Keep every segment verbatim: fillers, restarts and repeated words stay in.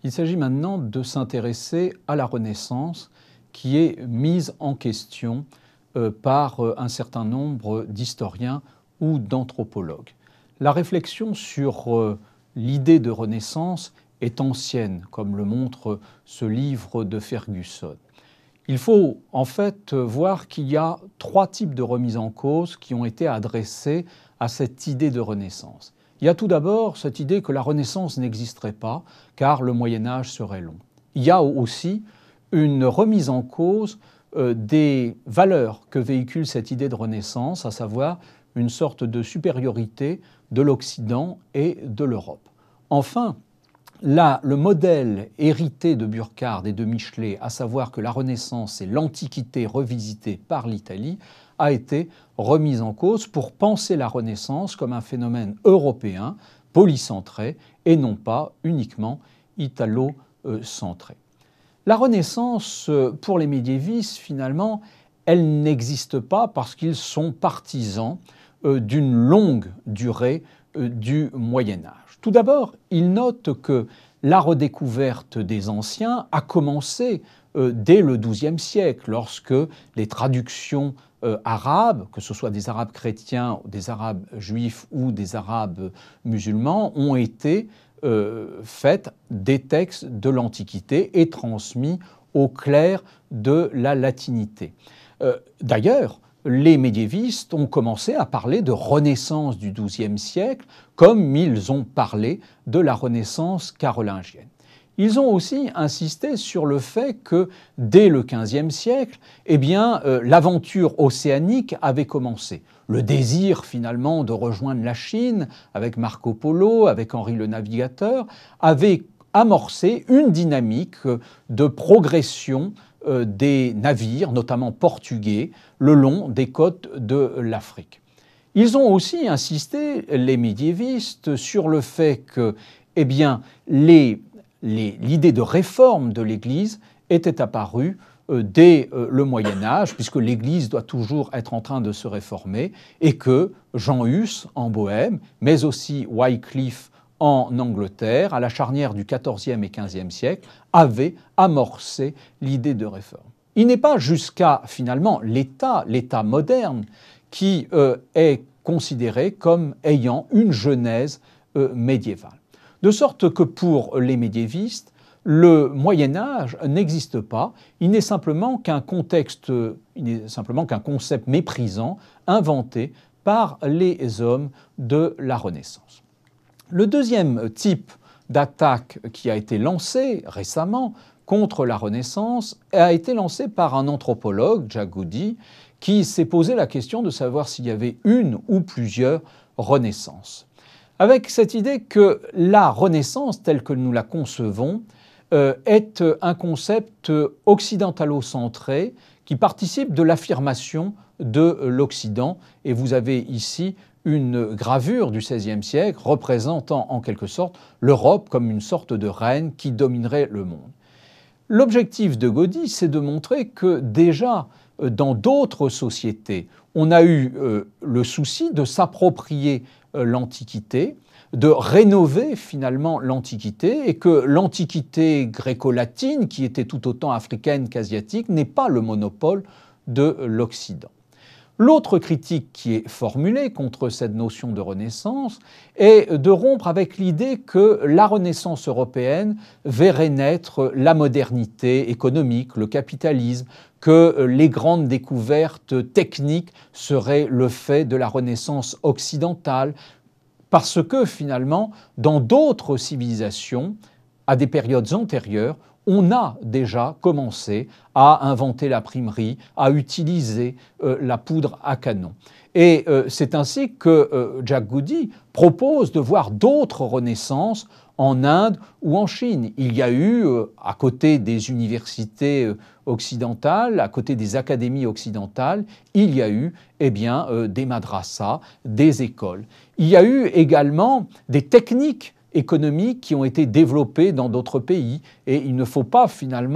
Il s'agit maintenant de s'intéresser à la Renaissance qui est mise en question euh, par euh, un certain nombre d'historiens ou d'anthropologues. La réflexion sur euh, l'idée de Renaissance est ancienne, comme le montre ce livre de Ferguson. Il faut en fait voir qu'il y a trois types de remises en cause qui ont été adressées à cette idée de Renaissance. Il y a tout d'abord cette idée que la Renaissance n'existerait pas, car le Moyen-Âge serait long. Il y a aussi une remise en cause euh, des valeurs que véhicule cette idée de Renaissance, à savoir une sorte de supériorité de l'Occident et de l'Europe. Enfin, là, le modèle hérité de Burckhardt et de Michelet, à savoir que la Renaissance est l'Antiquité revisitée par l'Italie, a été remise en cause pour penser la Renaissance comme un phénomène européen, polycentré, et non pas uniquement italo-centré. La Renaissance, pour les médiévistes, finalement, elle n'existe pas parce qu'ils sont partisans d'une longue durée du Moyen-Âge. Tout d'abord, ils notent que la redécouverte des anciens a commencé euh, dès le douzième siècle, lorsque les traductions euh, arabes, que ce soit des arabes chrétiens, des arabes juifs ou des arabes musulmans, ont été euh, faites des textes de l'Antiquité et transmis aux clercs de la latinité. Euh, d'ailleurs, les médiévistes ont commencé à parler de Renaissance du douzième siècle, comme ils ont parlé de la Renaissance carolingienne. Ils ont aussi insisté sur le fait que, dès le quinzième siècle, eh bien, euh, l'aventure océanique avait commencé. Le désir, finalement, de rejoindre la Chine, avec Marco Polo, avec Henri le Navigateur, avait amorcé une dynamique de progression euh, des navires, notamment portugais, le long des côtes de l'Afrique. Ils ont aussi insisté, les médiévistes, sur le fait que, eh bien, les, les, l'idée de réforme de l'Église était apparue euh, dès euh, le Moyen-Âge, puisque l'Église doit toujours être en train de se réformer, et que Jean Hus en Bohême, mais aussi Wycliffe en Angleterre, à la charnière du quatorzième et quinzième siècle, avait amorcé l'idée de réforme. Il n'est pas jusqu'à, finalement, l'État, l'État moderne, qui euh, est considéré comme ayant une genèse euh, médiévale. De sorte que pour les médiévistes, le Moyen-Âge n'existe pas, il n'est simplement qu'un contexte, il n'est simplement qu'un concept méprisant inventé par les hommes de la Renaissance. Le deuxième type d'attaque qui a été lancé récemment contre la Renaissance a été lancé par un anthropologue, Jack Goody, qui s'est posé la question de savoir s'il y avait une ou plusieurs Renaissances. Avec cette idée que la Renaissance, telle que nous la concevons, euh, est un concept occidentalo-centré qui participe de l'affirmation de l'Occident. Et vous avez ici une gravure du seizième siècle représentant en quelque sorte l'Europe comme une sorte de reine qui dominerait le monde. L'objectif de Goody, c'est de montrer que déjà dans d'autres sociétés, on a eu euh, le souci de s'approprier euh, l'Antiquité, de rénover finalement l'Antiquité, et que l'Antiquité gréco-latine, qui était tout autant africaine qu'asiatique, n'est pas le monopole de l'Occident. L'autre critique qui est formulée contre cette notion de Renaissance est de rompre avec l'idée que la Renaissance européenne verrait naître la modernité économique, le capitalisme, que les grandes découvertes techniques seraient le fait de la Renaissance occidentale, parce que finalement, dans d'autres civilisations, à des périodes antérieures, on a déjà commencé à inventer l'imprimerie, à utiliser euh, la poudre à canon. Et euh, c'est ainsi que euh, Jack Goody propose de voir d'autres renaissances en Inde ou en Chine. Il y a eu, euh, à côté des universités euh, occidentales, à côté des académies occidentales, il y a eu eh bien, euh, des madrasas, des écoles. Il y a eu également des techniques économiques qui ont été développées dans d'autres pays. Et il ne faut pas finalement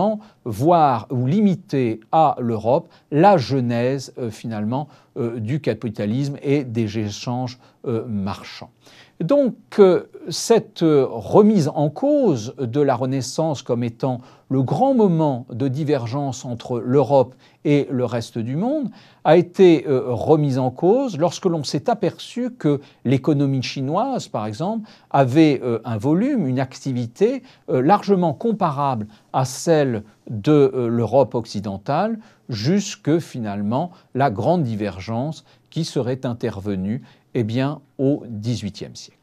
voir ou limiter à l'Europe la genèse euh, finalement euh, du capitalisme et des échanges euh, marchands. Donc euh, cette euh, remise en cause de la Renaissance comme étant le grand moment de divergence entre l'Europe et le reste du monde a été euh, remise en cause lorsque l'on s'est aperçu que l'économie chinoise, par exemple, avait euh, un volume, une activité euh, largement comparable à celle de euh, l'Europe occidentale, jusque finalement la grande divergence qui serait intervenue eh bien, au dix-huitième siècle.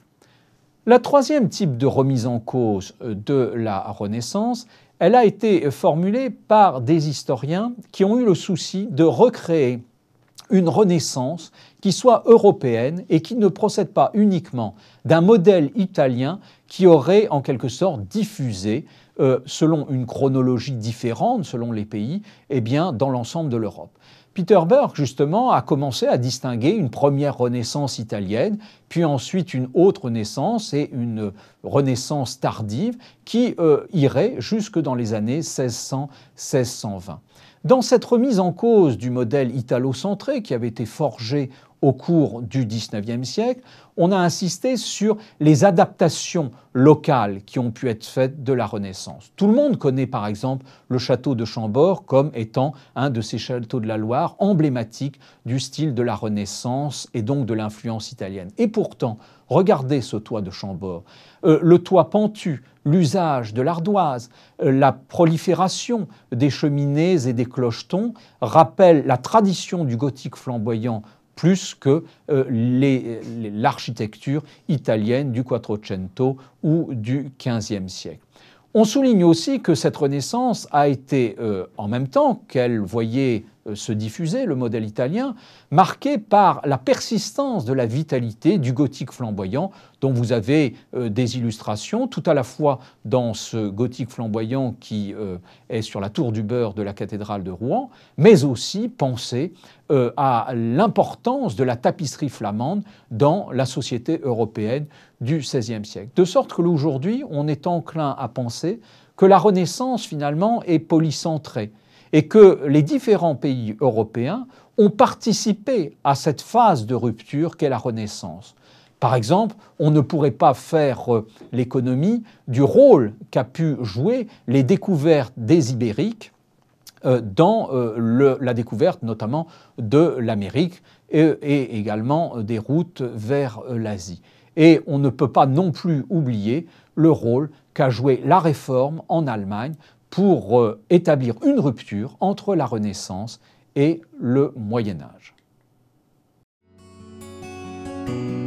La troisième type de remise en cause de la Renaissance, elle a été formulée par des historiens qui ont eu le souci de recréer une Renaissance qui soit européenne et qui ne procède pas uniquement d'un modèle italien qui aurait en quelque sorte diffusé, euh, selon une chronologie différente selon les pays, eh bien, dans l'ensemble de l'Europe. Peter Burke, justement, a commencé à distinguer une première Renaissance italienne, puis ensuite une autre Renaissance et une Renaissance tardive qui euh, irait jusque dans les années seize cents à seize cent vingt. Dans cette remise en cause du modèle italo-centré qui avait été forgé au cours du dix-neuvième siècle, on a insisté sur les adaptations locales qui ont pu être faites de la Renaissance. Tout le monde connaît par exemple le château de Chambord comme étant un de ces châteaux de la Loire emblématiques du style de la Renaissance et donc de l'influence italienne. Et pourtant, regardez ce toit de Chambord, euh, le toit pentu, l'usage de l'ardoise, euh, la prolifération des cheminées et des clochetons rappellent la tradition du gothique flamboyant plus que euh, les, les, l'architecture italienne du Quattrocento ou du quinzième siècle. On souligne aussi que cette Renaissance a été, euh, en même temps qu'elle voyait euh, se diffuser le modèle italien, marquée par la persistance de la vitalité du gothique flamboyant, dont vous avez euh, des illustrations, tout à la fois dans ce gothique flamboyant qui euh, est sur la tour du beurre de la cathédrale de Rouen, mais aussi pensée euh, à l'importance de la tapisserie flamande dans la société européenne du seizième siècle. De sorte que aujourd'hui, on est enclin à penser que la Renaissance, finalement, est polycentrée et que les différents pays européens ont participé à cette phase de rupture qu'est la Renaissance. Par exemple, on ne pourrait pas faire euh, l'économie du rôle qu'a pu jouer les découvertes des Ibériques euh, dans euh, le, la découverte notamment de l'Amérique et, et également des routes vers euh, l'Asie. Et on ne peut pas non plus oublier le rôle qu'a joué la Réforme en Allemagne pour euh, établir une rupture entre la Renaissance et le Moyen Âge.